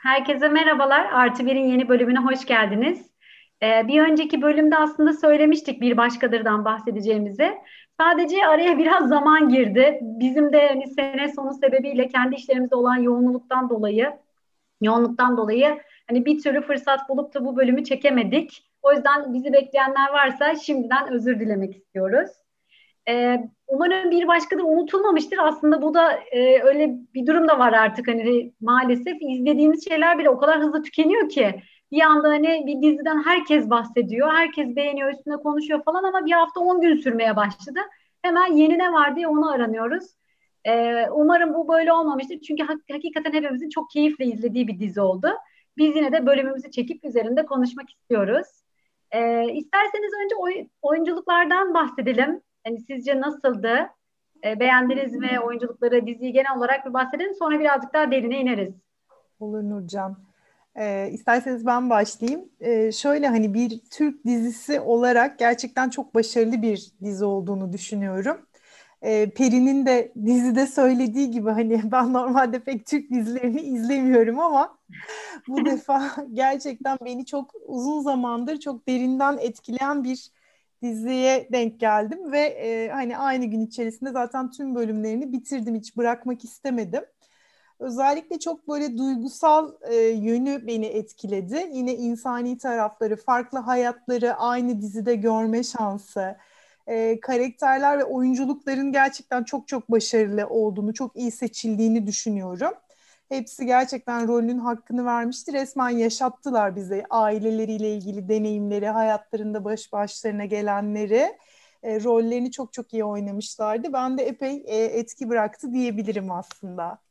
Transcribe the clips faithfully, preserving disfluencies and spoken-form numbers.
Herkese merhabalar. Artı Bir'in yeni bölümüne hoş geldiniz. Ee, bir önceki bölümde aslında söylemiştik bir başkadırdan bahsedeceğimizi. Sadece araya biraz zaman girdi. Bizim de hani sene sonu sebebiyle kendi işlerimizde olan yoğunluktan dolayı, yoğunluktan dolayı hani bir türlü fırsat bulup da bu bölümü çekemedik. O yüzden bizi bekleyenler varsa şimdiden özür dilemek istiyoruz. Ee, umarım bir başkadır unutulmamıştır. Aslında bu da e, öyle bir durum da var artık. Hani maalesef izlediğimiz şeyler bile o kadar hızlı tükeniyor ki. Bir anda hani bir diziden herkes bahsediyor, herkes beğeniyor, üstüne konuşuyor falan ama bir hafta on gün sürmeye başladı. Hemen yeni ne var diye onu aranıyoruz. Ee, umarım bu böyle olmamıştır. Çünkü hak- hakikaten hepimizin çok keyifle izlediği bir dizi oldu. Biz yine de bölümümüzü çekip üzerinde konuşmak istiyoruz. Ee, isterseniz önce oy- oyunculuklardan bahsedelim. Hani sizce nasıldı? E, beğendiniz mi oyunculukları, diziyi genel olarak bir bahsedelim. Sonra birazcık daha derine ineriz. Olur Nurcan. Ee, isterseniz ben başlayayım. Ee, şöyle hani bir Türk dizisi olarak gerçekten çok başarılı bir dizi olduğunu düşünüyorum. Ee, Peri'nin de dizide söylediği gibi hani ben normalde pek Türk dizilerini izlemiyorum ama bu defa gerçekten beni çok uzun zamandır çok derinden etkileyen bir diziye denk geldim ve e, hani aynı gün içerisinde zaten tüm bölümlerini bitirdim, hiç bırakmak istemedim. Özellikle çok böyle duygusal e, yönü beni etkiledi. Yine insani tarafları, farklı hayatları aynı dizide görme şansı, e, karakterler ve oyunculukların gerçekten çok çok başarılı olduğunu, çok iyi seçildiğini düşünüyorum. Hepsi gerçekten rolünün hakkını vermişti. Resmen yaşattılar bize aileleriyle ilgili deneyimleri, hayatlarında baş başlarına gelenleri. E, rollerini çok çok iyi oynamışlardı. Ben de epey e, etki bıraktı diyebilirim aslında.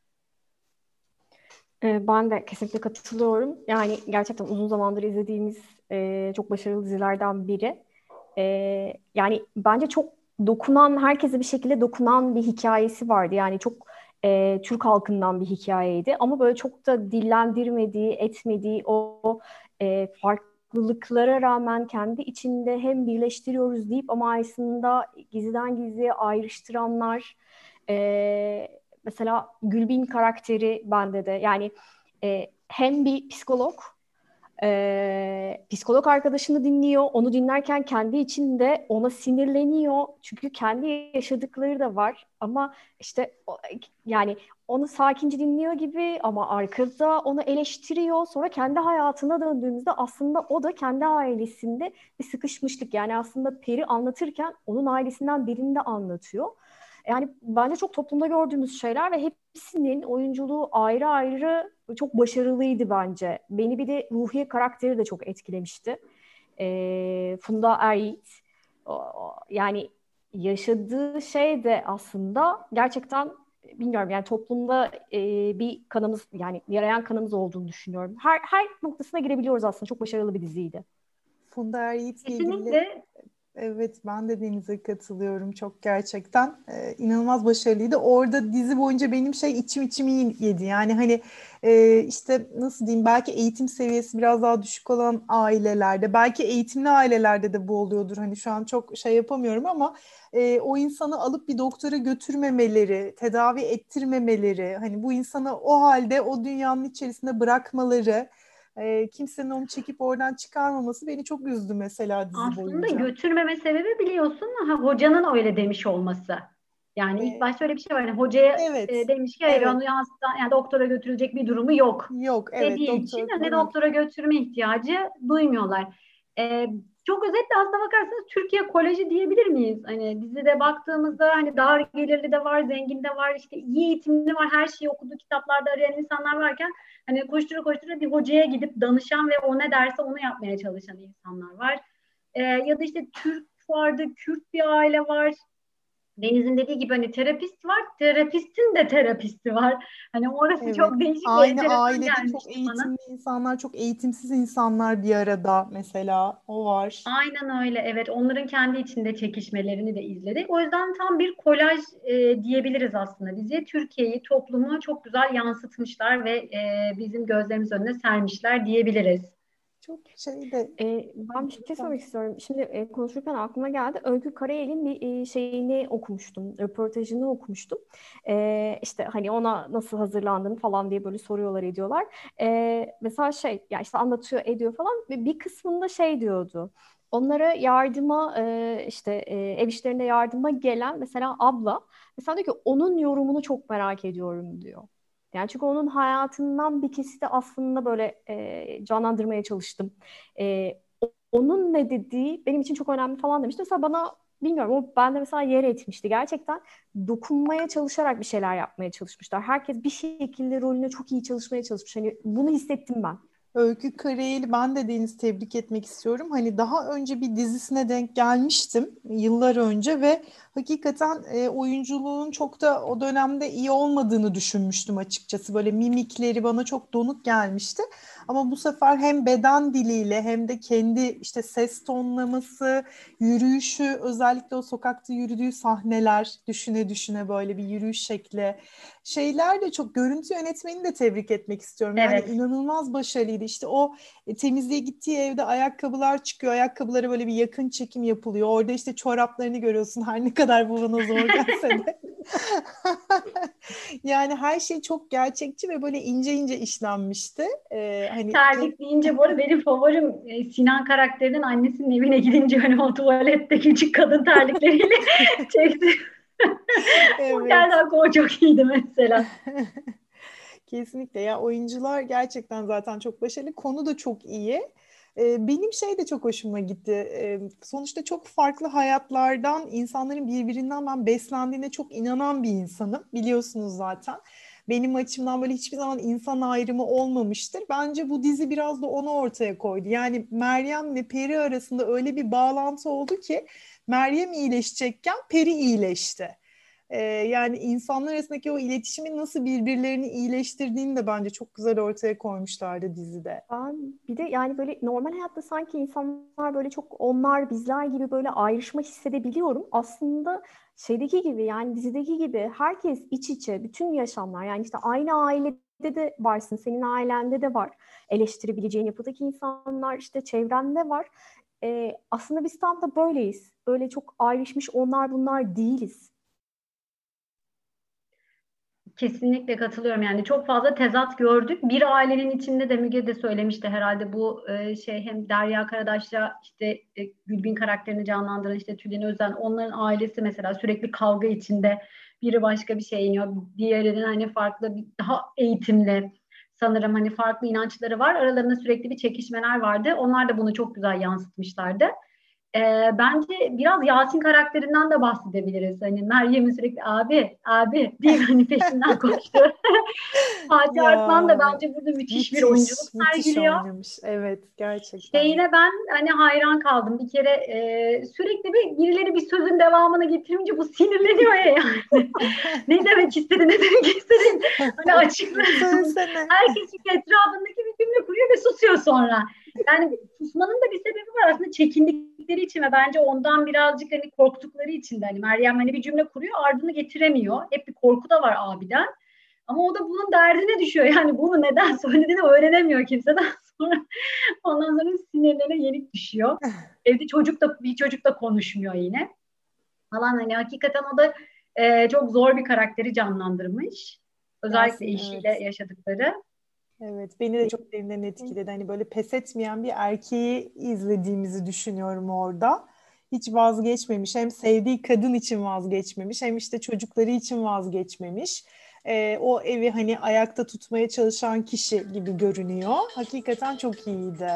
Ee, Ben de kesinlikle katılıyorum. Yani gerçekten uzun zamandır izlediğimiz e, çok başarılı dizilerden biri. Ee, yani bence çok dokunan, herkese bir şekilde dokunan bir hikayesi vardı. Yani çok e, Türk halkından bir hikayeydi. Ama böyle çok da dillendirmediği, etmediği o e, farklılıklara rağmen kendi içinde hem birleştiriyoruz deyip ama aslında gizliden gizliye ayrıştıranlar. E, Mesela Gülbin karakteri bende de yani e, hem bir psikolog, e, psikolog arkadaşını dinliyor. Onu dinlerken kendi içinde ona sinirleniyor. Çünkü kendi yaşadıkları da var. Ama işte yani onu sakince dinliyor gibi ama arkada onu eleştiriyor. Sonra kendi hayatına döndüğümüzde aslında o da kendi ailesinde bir sıkışmışlık. Yani aslında Peri anlatırken onun ailesinden birini de anlatıyor. Yani bence çok toplumda gördüğümüz şeyler ve hepsinin oyunculuğu ayrı ayrı çok başarılıydı bence. Beni bir de Ruhiye karakteri de çok etkilemişti. E, Funda Er-Yiğit. Yani yaşadığı şey de aslında gerçekten bilmiyorum yani toplumda e, bir kanımız yani yarayan kanımız olduğunu düşünüyorum. Her her noktasına girebiliyoruz aslında. Çok başarılı bir diziydi. Funda Er-Yiğit'le ilgili. Kesinlikle. Evet, ben de Deniz'e katılıyorum çok gerçekten. Ee, inanılmaz başarılıydı. Orada dizi boyunca benim şey içim içimi yedi. Yani hani e, işte nasıl diyeyim, belki eğitim seviyesi biraz daha düşük olan ailelerde, belki eğitimli ailelerde de bu oluyordur. Hani şu an çok şey yapamıyorum ama e, o insanı alıp bir doktora götürmemeleri, tedavi ettirmemeleri, hani bu insanı o halde o dünyanın içerisinde bırakmaları, e, kimsenin onu çekip oradan çıkarmaması beni çok üzdü mesela dizi Aslında boyunca. götürmeme sebebi biliyorsun ha, hocanın öyle demiş olması. Yani ilk E, başta öyle bir şey var. Yani hocaya e, evet, demiş ki hayır evet, onu hasta, yani doktora götürülecek bir durumu yok yok, evet, dediği için doktor hani falan yok. doktora götürme ihtiyacı duymuyorlar. E, Çok özetle aslına bakarsanız Türkiye Koleji diyebilir miyiz? Hani dizide baktığımızda hani dar gelirli de var, zengin de var, işte iyi eğitimli var, her şeyi okuduğu kitaplarda arayan insanlar varken hani koştura koştura bir hocaya gidip danışan ve o ne derse onu yapmaya çalışan insanlar var. Ee, ya da işte Türk vardı, Kürt bir aile var. Deniz'in dediği gibi hani terapist var, terapistin de terapisti var. Hani orası Evet. çok değişik ve Aynı enteresan ailede çok gelmişti bana. eğitimli insanlar, çok eğitimsiz insanlar bir arada mesela. O var. Aynen öyle, evet. Onların kendi içinde çekişmelerini de izledik. O yüzden tam bir kolaj e, diyebiliriz aslında diziye. Türkiye'yi, toplumu çok güzel yansıtmışlar ve e, bizim gözlerimiz önüne sermişler diyebiliriz. çok şey de. Ee, ben bir şey söylemek istiyorum. Şimdi e, konuşurken aklıma geldi. Öykü Karayel'in bir e, şeyini okumuştum, röportajını okumuştum. Ee, işte hani ona nasıl hazırlandığını falan diye böyle soruyorlar ediyorlar. Ee, mesela şey, ya işte anlatıyor ediyor falan. Ve bir kısmında şey diyordu. Onlara yardıma e, işte e, ev işlerinde yardıma gelen mesela abla mesela diyor ki onun yorumunu çok merak ediyorum diyor. Yani çünkü onun hayatından bir kesiti aslında böyle e, canlandırmaya çalıştım. E, Onun ne dediği benim için çok önemli falan demişti. Mesela bana bilmiyorum o bende mesela yer etmişti. Gerçekten dokunmaya çalışarak bir şeyler yapmaya çalışmışlar. Herkes bir şekilde rolüne çok iyi çalışmaya çalışmış. Hani bunu hissettim ben. Öykü Karayel'i ben de Deniz tebrik etmek istiyorum. Hani daha önce bir dizisine denk gelmiştim yıllar önce ve hakikaten e, oyunculuğun çok da o dönemde iyi olmadığını düşünmüştüm açıkçası. Böyle mimikleri bana çok donuk gelmişti. Ama bu sefer hem beden diliyle hem de kendi işte ses tonlaması, yürüyüşü, özellikle o sokakta yürüdüğü sahneler düşüne düşüne böyle bir yürüyüş şekli. Şeyler de çok, görüntü yönetmenini de tebrik etmek istiyorum. Yani Evet. inanılmaz başarılıydı. İşte o e, temizliğe gittiği evde ayakkabılar çıkıyor. Ayakkabılara böyle bir yakın çekim yapılıyor. Orada işte çoraplarını görüyorsun. Her ne kadar bu bana zor gelse de. Yani her şey çok gerçekçi ve böyle ince ince işlenmişti. Ee, hani Terlik deyince bu arada benim favorim e, Sinan karakterinin annesinin evine gidince hani o tuvalette küçük kadın terlikleriyle çekti. O geldi evet. aklıma, çok iyiydi mesela. Kesinlikle ya, oyuncular gerçekten zaten çok başarılı. Konu da çok iyi. Ee, benim şey de çok hoşuma gitti. Ee, sonuçta çok farklı hayatlardan insanların birbirinden ben beslendiğine çok inanan bir insanım. Biliyorsunuz zaten. Benim açımdan böyle hiçbir zaman insan ayrımı olmamıştır. Bence bu dizi biraz da onu ortaya koydu. Yani Meryem ve Peri arasında öyle bir bağlantı oldu ki Meryem iyileşecekken Peri iyileşti. Ee, yani insanlar arasındaki o iletişimin nasıl birbirlerini iyileştirdiğini de bence çok güzel ortaya koymuşlardı dizide. Ben bir de yani böyle normal hayatta sanki insanlar böyle çok onlar bizler gibi böyle ayrışma hissedebiliyorum. Aslında şeydeki gibi yani dizideki gibi herkes iç içe bütün yaşamlar yani işte aynı ailede de varsın, senin ailende de var eleştirebileceğin yapıdaki insanlar, işte çevrende var. Ee, aslında biz tam da böyleyiz. Böyle çok ayrışmış onlar bunlar değiliz. Kesinlikle katılıyorum. Yani çok fazla tezat gördük. Bir ailenin içinde de Müge de söylemişti herhalde bu e, şey, hem Derya Karadaş'la işte e, Gülbin karakterini canlandıran işte Tülin Özen, onların ailesi mesela sürekli kavga içinde, biri başka bir şey iniyor, diğerinin hani farklı bir, daha eğitimli sanırım, hani farklı inançları var. Aralarında sürekli bir çekişmeler vardı. Onlar da bunu çok güzel yansıtmışlardı. Ee, bence biraz Yasin karakterinden de bahsedebiliriz. Hani Meryem'in sürekli abi, abi diye hani peşinden koştu. Fatih Artman da Ya bence burada müthiş bir oyunculuk müthiş, müthiş sergiliyor. oynamış. Evet, gerçekten. Şeyine ben hani hayran kaldım. Bir kere e, sürekli bir birileri bir sözün devamını getirince bu sinirleniyor ya yani. Ne demek istedi, ne demek istedi. Hani açıkla. Söylesene. Herkes çünkü etrafındaki bir cümle kuruyor ve susuyor sonra. Yani susmanın da bir sebebi var aslında, çekindikleri için ve bence ondan birazcık hani korktukları için de, hani Meryem hani bir cümle kuruyor ardını getiremiyor. Hep bir korku da var abiden. Ama o da bunun derdine düşüyor. Yani bunu neden söylediğini öğrenemiyor kimseden sonra. Ondan sonra sinirlerine yenik düşüyor. Evde çocuk da, bir çocuk da konuşmuyor yine. Falan hani hakikaten o da e, çok zor bir karakteri canlandırmış. Özellikle Yasin, eşiyle evet. yaşadıkları. Evet, beni de çok derinden etkiledi. Hani böyle pes etmeyen bir erkeği izlediğimizi düşünüyorum orada. Hiç vazgeçmemiş. Hem sevdiği kadın için vazgeçmemiş, hem işte çocukları için vazgeçmemiş. Ee, o evi hani ayakta tutmaya çalışan kişi gibi görünüyor. Hakikaten çok iyiydi.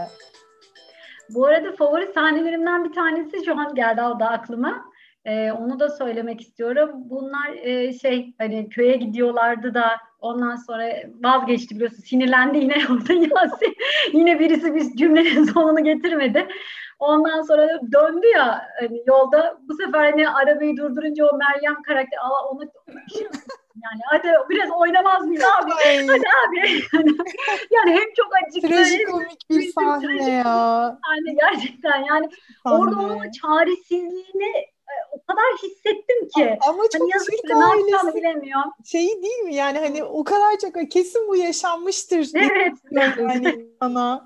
Bu arada favori sahnelerimden bir tanesi şu an geldi o da aklıma. Ee, onu da söylemek istiyorum. Bunlar e, şey, hani köye gidiyorlardı da ondan sonra vazgeçti biliyorsun. Sinirlendi yine orada Yasin. Yine birisi bir cümlenin sonunu getirmedi. Ondan sonra döndü ya hani yolda, bu sefer hani arabayı durdurunca o Meryem karakteri, Allah onu, ona bir şey yani, hadi biraz oynamaz mıyız abi? Ay, Hadi abi. Yani hem çok acıklı hem trajikomik bir üzüntü, sahne trajikomik ya. sahne gerçekten. Yani orada onun o Sahne. çaresizliğini e, o kadar hissettim ki. A- Ama Hani çok yazık Türk böyle, ne yapacağını ailesi bilemiyor. şeyi değil mi? Yani hani o kadar çok kesin bu yaşanmıştır Evet. diyor yani sana.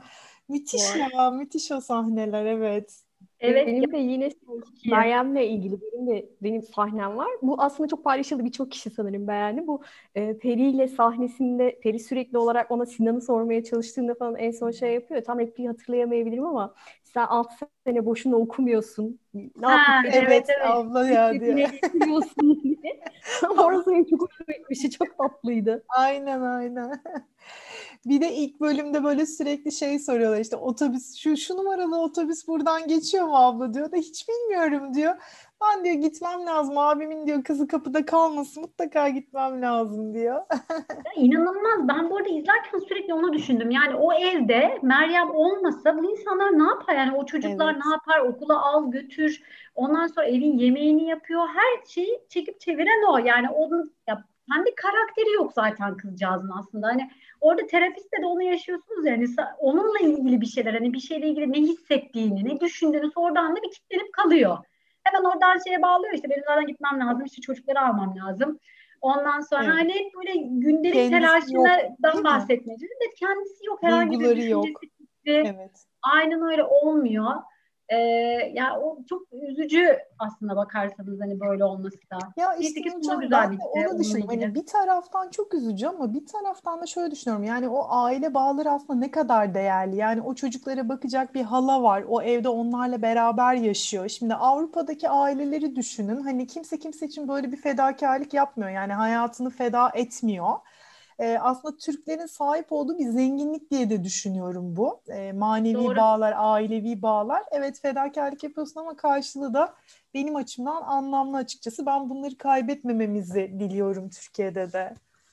bu Müthiş arada. ya, müthiş o sahneler, evet. Evet ya, Benim de yine şey, çok iyi. Meryem'le ilgili benim de benim sahnem var. Bu aslında çok paylaşıldı. Birçok kişi sanırım beğendi. Bu e, Peri ile sahnesinde Peri sürekli olarak ona Sinan'ı sormaya çalıştığında falan en son şey yapıyor. Tam repliği hatırlayamayabilirim ama sen altı sene boşuna okumuyorsun. Ne yapıp Ha, evet Evet evet. abla ya diyor. yine getiriyorsun diye. Orası benim çok hoşuma gitmişti. Çok tatlıydı. Aynen aynen. Bir de ilk bölümde böyle sürekli şey soruyorlar, işte otobüs şu şu numaralı otobüs buradan geçiyor mu abla diyor da hiç bilmiyorum diyor. Ben diyor gitmem lazım, abimin diyor kızı kapıda kalmasın, mutlaka gitmem lazım diyor. Ya inanılmaz. Ben bu arada izlerken sürekli onu düşündüm. Yani o evde Meryem olmasa bu insanlar ne yapar? Yani o çocuklar ne Evet, yapar? Okula al götür. Ondan sonra evin yemeğini yapıyor. Her şeyi çekip çeviren o. Yani onun ya kendi karakteri yok zaten kızcağızın aslında. Hani orada terapiste de onu yaşıyorsunuz yani onunla ilgili bir şeyler hani bir şeyle ilgili ne hissettiğini, ne düşündüğünü oradan da bir kilitlenip kalıyor. Hemen oradan şeye bağlıyor işte benim zaten gitmem lazım işte çocukları almam lazım. Ondan sonra evet. hani hep böyle gündelik Kendisi yok, telaşından değil mi? bahsetmeye çalışıyor. Evet, kendisi yok herhangi bir Duyguları düşüncesi, yok. fikri. Evet. Aynen öyle olmuyor. Ee, Ya o çok üzücü aslında bakarsanız hani böyle olması da. Ya Neyse işte ki sonu Nurcan, ben güzel de bitti onu onunla düşünüyorum. ilgili. Hani bir taraftan çok üzücü ama bir taraftan da şöyle düşünüyorum. Yani o aile bağları aslında ne kadar değerli. Yani o çocuklara bakacak bir hala var. O evde onlarla beraber yaşıyor. Şimdi Avrupa'daki aileleri düşünün. Hani kimse kimse için böyle bir fedakarlık yapmıyor. Yani hayatını feda etmiyor. Ee, aslında Türklerin sahip olduğu bir zenginlik diye de düşünüyorum bu. Ee, manevi Doğru. bağlar, ailevi bağlar. Evet, fedakarlık yapıyorsun ama karşılığı da benim açımdan anlamlı açıkçası. Ben bunları kaybetmememizi diliyorum Türkiye'de de.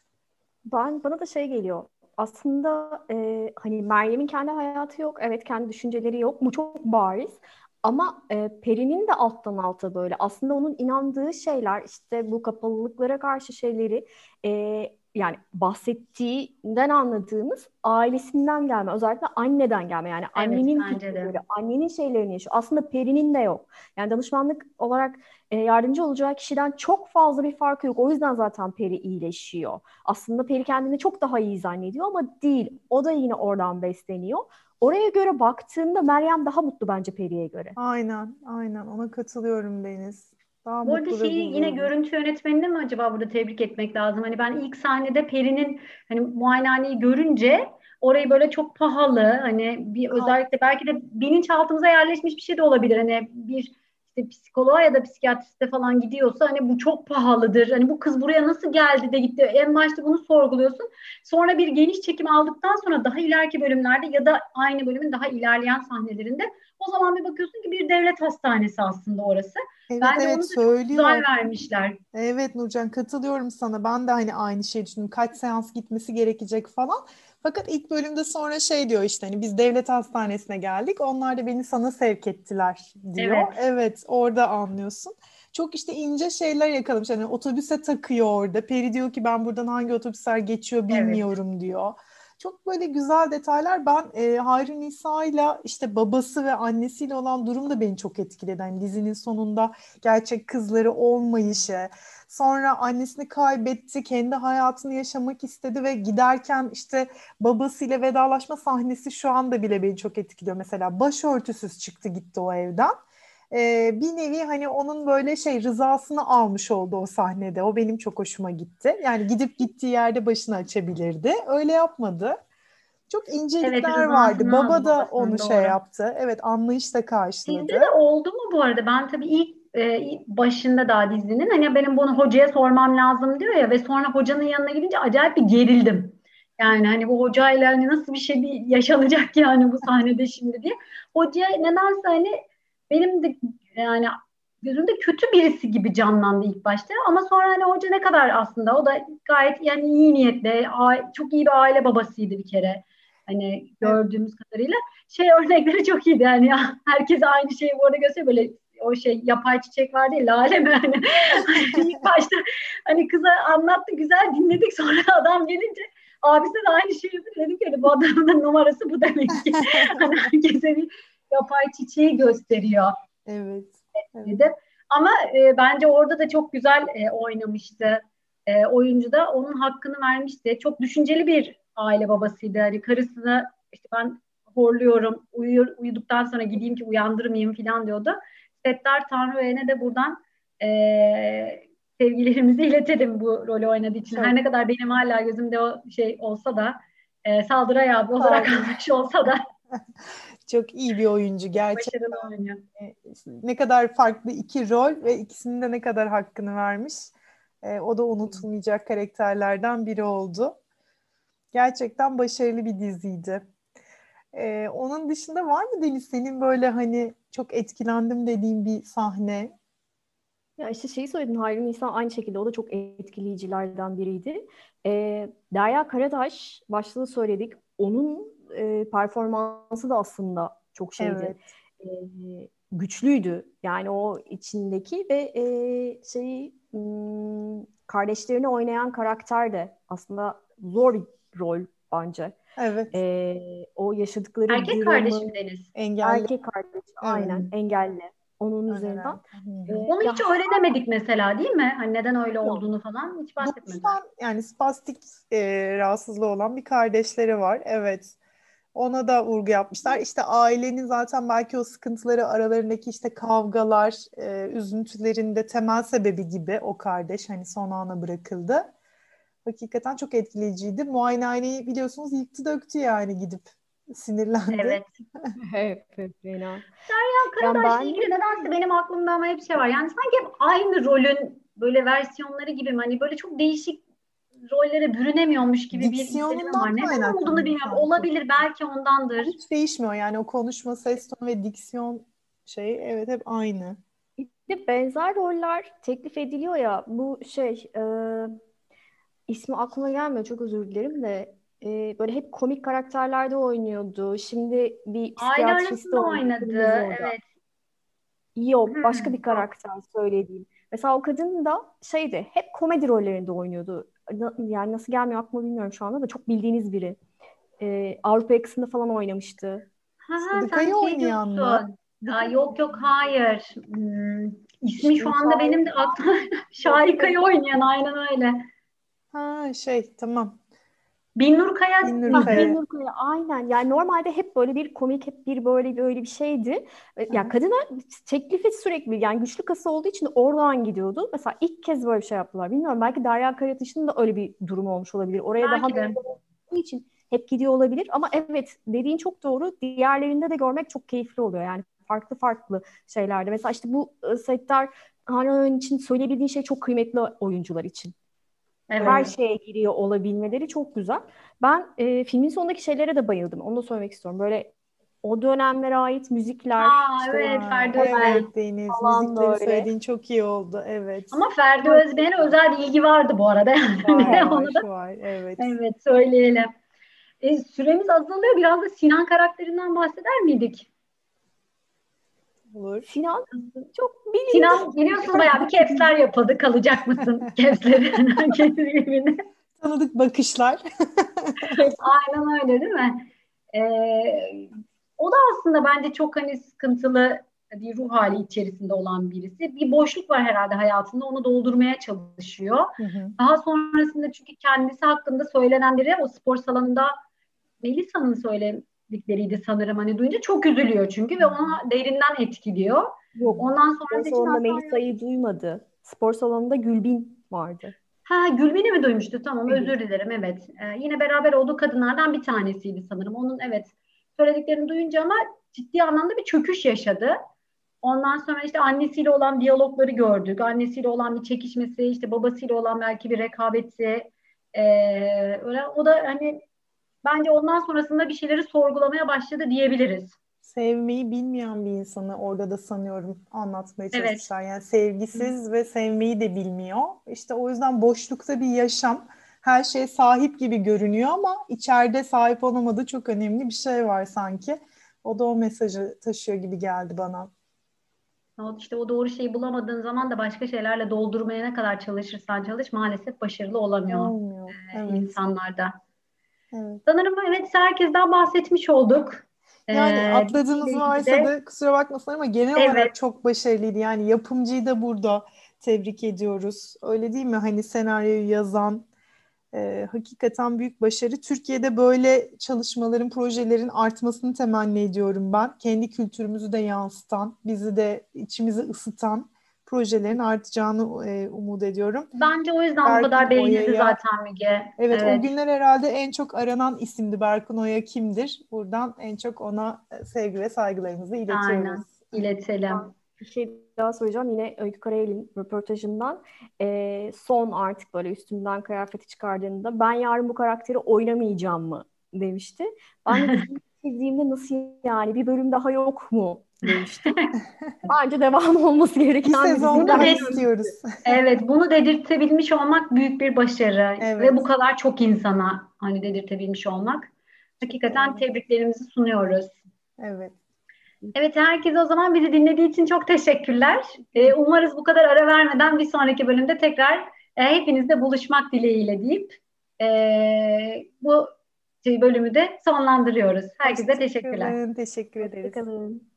Ben bana da şey geliyor. Aslında e, hani Meryem'in kendi hayatı yok. Evet, kendi düşünceleri yok. Bu çok bariz. Ama e, Peri'nin de alttan alta böyle. Aslında onun inandığı şeyler işte bu kapalılıklara karşı şeyleri e, yani bahsettiğinden anladığımız ailesinden gelme. Özellikle anneden gelme. Yani Evet annenin bence de. fikirleri, annenin şeylerini yaşıyor. Aslında Peri'nin de yok. Yani danışmanlık olarak e, yardımcı olacağı kişiden çok fazla bir farkı yok. O yüzden zaten Peri iyileşiyor. Aslında Peri kendini çok daha iyi zannediyor ama değil. O da yine oradan besleniyor. Oraya göre baktığında Meryem daha mutlu bence Peri'ye göre. Aynen, aynen ona katılıyorum Deniz. Daha Bu arada mutlu ve şeyi yine huzurlu. görüntü yönetmenini mi acaba burada tebrik etmek lazım? Hani ben ilk sahnede Peri'nin hani muayenehaneyi görünce orayı böyle çok pahalı hani bir Ay, özellikle belki de bilinçaltımıza yerleşmiş bir şey de olabilir. Hani bir işte psikoloğa ya da psikiyatriste falan gidiyorsa hani bu çok pahalıdır. Hani bu kız buraya nasıl geldi de gitti. En başta bunu sorguluyorsun. Sonra bir geniş çekim aldıktan sonra daha ileriki bölümlerde ya da aynı bölümün daha ilerleyen sahnelerinde o zaman bir bakıyorsun ki bir devlet hastanesi aslında orası. evet Bence evet onu da çok güzel söylüyor. vermişler. Evet Nurcan, katılıyorum sana. Ben de hani aynı şeyi düşündüm. Kaç seans gitmesi gerekecek falan. Fakat ilk bölümde sonra şey diyor, işte hani biz devlet hastanesine geldik. Onlar da beni sana sevk ettiler diyor. Evet. Evet, orada anlıyorsun. Çok işte ince şeyler yakalamış. Hani otobüse takıyor orada. Peri diyor ki ben buradan hangi otobüsler geçiyor Evet. bilmiyorum diyor. Çok böyle güzel detaylar. Ben e, Hayri Nisa'yla işte babası ve annesiyle olan durum da beni çok etkiledi. Hani dizinin sonunda gerçek kızları olmayışı. Sonra annesini kaybetti, kendi hayatını yaşamak istedi ve giderken işte babasıyla vedalaşma sahnesi şu anda bile beni çok etkiliyor. Mesela başörtüsüz çıktı gitti o evden. Ee, bir nevi hani onun böyle şey rızasını almış oldu o sahnede. O benim çok hoşuma gitti. Yani gidip gittiği yerde başını açabilirdi. Öyle yapmadı. Çok Evet incelikler vardı. rızasını aldı Baba da onu babasının şey doğru. yaptı. Evet, anlayışla Sizde karşıladı. de oldu mu bu arada? Ben tabii ilk e, ilk başında daha dizinin hani benim bunu hocaya sormam lazım diyor ya ve sonra hocanın yanına gidince acayip bir gerildim. Yani hani bu hocayla hani nasıl bir şey bir yaşanacak yani bu sahnede şimdi diye. Hoca nedense hani benim de yani gözümde kötü birisi gibi canlandı ilk başta ama sonra hani hoca ne kadar aslında o da gayet yani iyi niyetli, a- çok iyi bir aile babasıydı bir kere. Hani Evet. gördüğümüz kadarıyla şey örnekleri çok iyiydi yani ya herkes aynı şeyi bu arada gösteriyor böyle o şey yapay çiçek var değil lale mi hani, hani ilk başta hani kıza anlattı güzel dinledik sonra adam gelince abisi de aynı şeyi yapıyor dedim ki hani bu adamın da numarası bu demek ki hani herkese bir yapay çiçeği gösteriyor Evet. Evet. dedim ama e, bence orada da çok güzel e, oynamıştı e, oyuncu da onun hakkını vermişti çok düşünceli bir aile babasıydı hani karısını işte ben horluyorum. Uyur, uyuduktan sonra gideyim ki uyandırmayayım falan diyordu. Settar Tanrıören'e de buradan eee, sevgilerimizi iletelim bu rolü oynadığı için. Her Çok ne kadar benim hala gözümde o şey olsa da eee Saldıray abi sağ olarak olun. kalmış olsa da Çok iyi bir oyuncu gerçekten. başarılı oynuyor. Ne kadar farklı iki rol ve ikisinin de ne kadar hakkını vermiş. E, o da unutulmayacak karakterlerden biri oldu. Gerçekten başarılı bir diziydi. E, onun dışında var mı Deniz senin böyle hani çok etkilendim dediğin bir sahne? Ya işte şeyi söyledin, Hayri Nisa aynı şekilde o da çok etkileyicilerden biriydi. Ee, Derya Karataş başta da söyledik. Onun e, performansı da aslında çok şeydi. Evet. Ee, güçlüydü. Yani o içindeki ve e, şeyi hmm, kardeşlerini oynayan karakter de aslında zor bir rol bence. Evet. Ee, o yaşadıkları Erkek dramı, kardeşim Deniz. Engelli. erkek kardeş Evet. aynen engelli. Onun üzerinden. Önemli. Hı Ee, hı. Onu ya hiç öğrenemedik mesela değil mi? Hani neden öyle yok. olduğunu falan hiç bahsetmediler. Doğuştan yani spastik e, rahatsızlığı olan bir kardeşleri var. Evet. Ona da vurgu yapmışlar. İşte ailenin zaten belki o sıkıntıları aralarındaki işte kavgalar, e, üzüntülerin de temel sebebi gibi o kardeş hani son ana bırakıldı. Hakikaten çok etkileyiciydi. Muayenehaneyi biliyorsunuz yıktı döktü yani gidip sinirlendi. Evet. Evet, fena. Yani Karadaş'la ben ilgili nedense benim aklımda ama hep şey var. Yani sanki hep aynı rolün böyle versiyonları gibi mi? Hani böyle çok değişik rollere bürünemiyormuş gibi bir izlenimim Diksiyonundan var. Neden olduğunu kaynaklanıyor bilmiyorum. sanki. Olabilir, belki ondandır. Hiç değişmiyor yani o konuşma, ses tonu ve diksiyon şey evet hep aynı. bir de benzer roller teklif ediliyor ya, bu şey e, ismi aklıma gelmiyor, çok özür dilerim de e, böyle hep komik karakterlerde oynuyordu. Şimdi bir Aile psikiyatriste arasında oynuyor oynadı. Kırmızı Oda. Evet. Yok, başka Hmm, bir yok. karakter söylediğim. Mesela o kadın da şeydi, hep komedi rollerinde oynuyordu. Na- Yani nasıl gelmiyor aklıma bilmiyorum şu anda da, çok bildiğiniz biri. E, Avrupa Yakası'nda falan oynamıştı. Ha, ha, sen Sıdıkayı şey oynayan mı? diyorsun. Aa, Sıdıkayı yok yok hayır. Hmm, ismi şu anda Şahin, benim de aklıma yok yok. Şahika'yı oynayan aynen öyle. Ha şey tamam. Binnur Kaya Binnur Hah, Kaya. mıydı? Binnur Kaya aynen. Yani normalde hep böyle bir komik, hep bir böyle böyle bir şeydi. Ve Hı ya hı. kadına teklifi sürekli, yani güçlü kası olduğu için oradan gidiyordu. Mesela ilk kez böyle bir şey yaptılar. Bilmiyorum, belki Derya Karatış'ın da öyle bir durum olmuş olabilir. Oraya daha Belki böyle de. olduğu için hep gidiyor olabilir. Ama evet, dediğin çok doğru. Diğerlerinde de görmek çok keyifli oluyor. Yani farklı farklı şeylerde. Mesela işte bu e, Settar Karahan için söyleyebildiğin şey çok kıymetli oyuncular için. Her Evet. şeye giriyor olabilmeleri çok güzel. Ben e, filmin sonundaki şeylere de bayıldım. Onu da söylemek istiyorum. Böyle o dönemlere ait müzikler, Aa işte evet Aa, Ferdi Özbey. evet Deniz. falan Müzikleri böyle. söylediğin çok iyi oldu. Evet. Ama Ferdi Ay, Özbey'e özel bir ilgi vardı bu arada Var yani. var Onu da var. Evet. evet söyleyelim. E, süremiz azalıyor. Biraz da Sinan karakterinden bahseder miydik? Olur. Sinan çok bilindik. Sinan biliyorsunuz bayağı bir caps'ler yapıldı. Kalacak mısın? Caps'leri herkes birbirine. Tanıdık bakışlar. Aynen öyle değil mi? Ee, o da aslında bence çok hani sıkıntılı bir ruh hali içerisinde olan birisi. Bir boşluk var herhalde hayatında. Onu doldurmaya çalışıyor. Hı hı. Daha sonrasında çünkü kendisi hakkında söylenenleri o spor salonunda Melisa'nın söyledikleriydi sanırım. Hani duyunca çok üzülüyor çünkü ve ona derinden etkiliyor. Yok. Ondan Spor sonrası için salonunda hatta Melisa'yı duymadı. Spor salonunda Gülbin vardı. ha Gülben'i mi duymuştu? Tamam Gülbin. özür dilerim evet. Ee, yine beraber olduğu kadınlardan bir tanesiydi sanırım. Onun evet söylediklerini duyunca ama ciddi anlamda bir çöküş yaşadı. Ondan sonra işte annesiyle olan diyalogları gördük. Annesiyle olan bir çekişmesi, işte babasıyla olan belki bir rekabeti. Ee, öyle, o da hani bence ondan sonrasında bir şeyleri sorgulamaya başladı diyebiliriz. Sevmeyi bilmeyen bir insanı orada da sanıyorum anlatmaya Evet. çalışmışlar. Yani sevgisiz ve sevmeyi de bilmiyor. İşte o yüzden boşlukta bir yaşam. Her şeye sahip gibi görünüyor ama içeride sahip olamadığı çok önemli bir şey var sanki. O da o mesajı taşıyor gibi geldi bana. O, işte o doğru şeyi bulamadığın zaman da başka şeylerle doldurmaya ne kadar çalışırsan çalış maalesef başarılı olamıyor Olmuyor. e, Evet. insanlarda. Evet. Sanırım evet herkesten bahsetmiş olduk. Yani Ee, atladığımız diziyle ilgili varsa de da kusura bakmasın ama genel evet, olarak çok başarılıydı. Yani yapımcıyı da burada tebrik ediyoruz. Öyle değil mi? Hani senaryoyu yazan, E, hakikaten büyük başarı. Türkiye'de böyle çalışmaların, projelerin artmasını temenni ediyorum ben. Kendi kültürümüzü de yansıtan, bizi de içimizi ısıtan projelerin artacağını e, umut ediyorum. Bence o yüzden bu Berkun kadar beğenildi Oya'ya, zaten Müge. evet, o Evet, günler herhalde en çok aranan isimdi. Berkun Oya kimdir? Buradan en çok ona sevgi ve saygılarımızı iletiyoruz. aynen. İletelim. Ben bir şey daha söyleyeceğim. Yine Öykü Karayel'in röportajından e, son artık böyle üstümden kıyafeti çıkardığında ben yarın bu karakteri oynamayacağım mı demişti. Ben de diziyi izlediğimde nasıl yani bir bölüm daha yok mu demiştim. Bence devam olması Bir gereken bir sezon dizi. daha de- istiyoruz. Evet, bunu dedirtebilmiş olmak büyük bir başarı Evet. ve bu kadar çok insana hani dedirtebilmiş olmak. Hakikaten doğru. tebriklerimizi sunuyoruz. Evet. Evet, herkese o zaman bizi dinlediği için çok teşekkürler. Ee, umarız bu kadar ara vermeden bir sonraki bölümde tekrar e, hepinizle buluşmak dileğiyle deyip e, bu bölümü de sonlandırıyoruz. Herkese teşekkürler. Hoşçakalın. Teşekkür ederiz. Hoşçakalın.